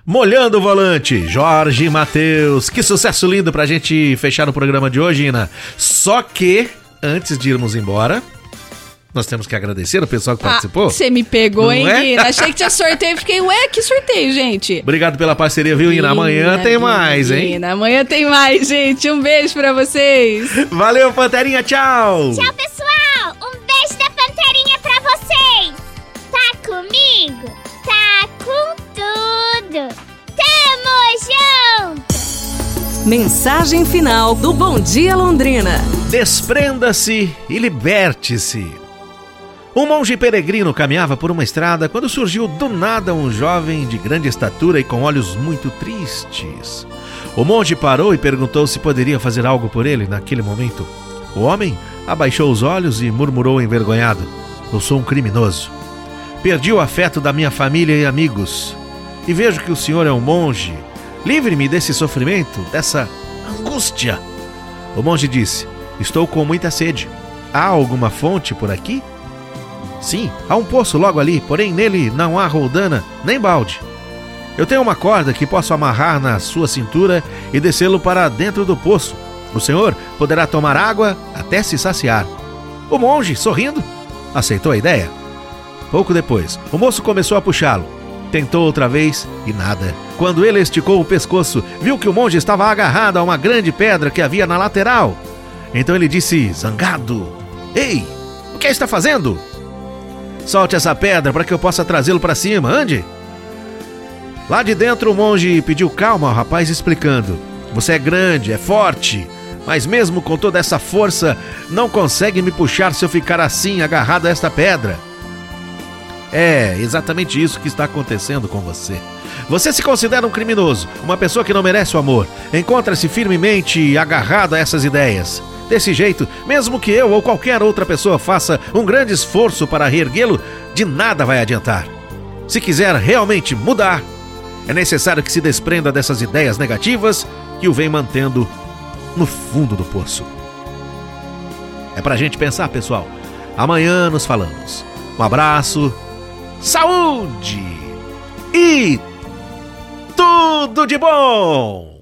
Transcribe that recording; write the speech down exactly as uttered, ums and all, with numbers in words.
Molhando o Volante, Jorge e Matheus. Que sucesso lindo pra gente fechar o programa de hoje, Ina. Só que, antes de irmos embora, nós temos que agradecer o pessoal que ah, participou. Você me pegou, Não hein, é? Ina? Achei que tinha sorteio. Fiquei, ué, que sorteio, gente? Obrigado pela parceria, viu, Ina? Amanhã Ina, tem Ina, mais, hein? Ina, amanhã tem mais, gente. Um beijo pra vocês. Valeu, Panterinha, tchau. Tchau, pessoal. Um beijo da Panterinha pra vocês. Tá comigo? Tá com tudo. Tamo junto. Mensagem final do Bom Dia Londrina. Desprenda-se e liberte-se. Um monge peregrino caminhava por uma estrada quando surgiu do nada um jovem de grande estatura e com olhos muito tristes. O monge parou e perguntou se poderia fazer algo por ele naquele momento. O homem abaixou os olhos e murmurou envergonhado: eu sou um criminoso. Perdi o afeto da minha família e amigos. E vejo que o senhor é um monge. Livre-me desse sofrimento, dessa angústia. O monge disse: estou com muita sede. Há alguma fonte por aqui? Sim, há um poço logo ali, porém nele não há roldana nem balde. Eu tenho uma corda que posso amarrar na sua cintura e descê-lo para dentro do poço. O senhor poderá tomar água até se saciar. O monge, sorrindo, aceitou a ideia. Pouco depois, o moço começou a puxá-lo. Tentou outra vez e nada. Quando ele esticou o pescoço, viu que o monge estava agarrado a uma grande pedra que havia na lateral. Então ele disse, zangado: ei, o que está fazendo? Solte essa pedra para que eu possa trazê-lo para cima, ande. Lá de dentro o monge pediu calma ao rapaz, explicando: você é grande, é forte, mas mesmo com toda essa força não consegue me puxar se eu ficar assim agarrado a esta pedra. É exatamente isso que está acontecendo com você. Você se considera um criminoso, uma pessoa que não merece o amor. Encontra-se firmemente agarrado a essas ideias. Desse jeito, mesmo que eu ou qualquer outra pessoa faça um grande esforço para reerguê-lo, de nada vai adiantar. Se quiser realmente mudar, é necessário que se desprenda dessas ideias negativas que o vem mantendo no fundo do poço. É pra gente pensar, pessoal. Amanhã nos falamos. Um abraço, saúde e tudo de bom!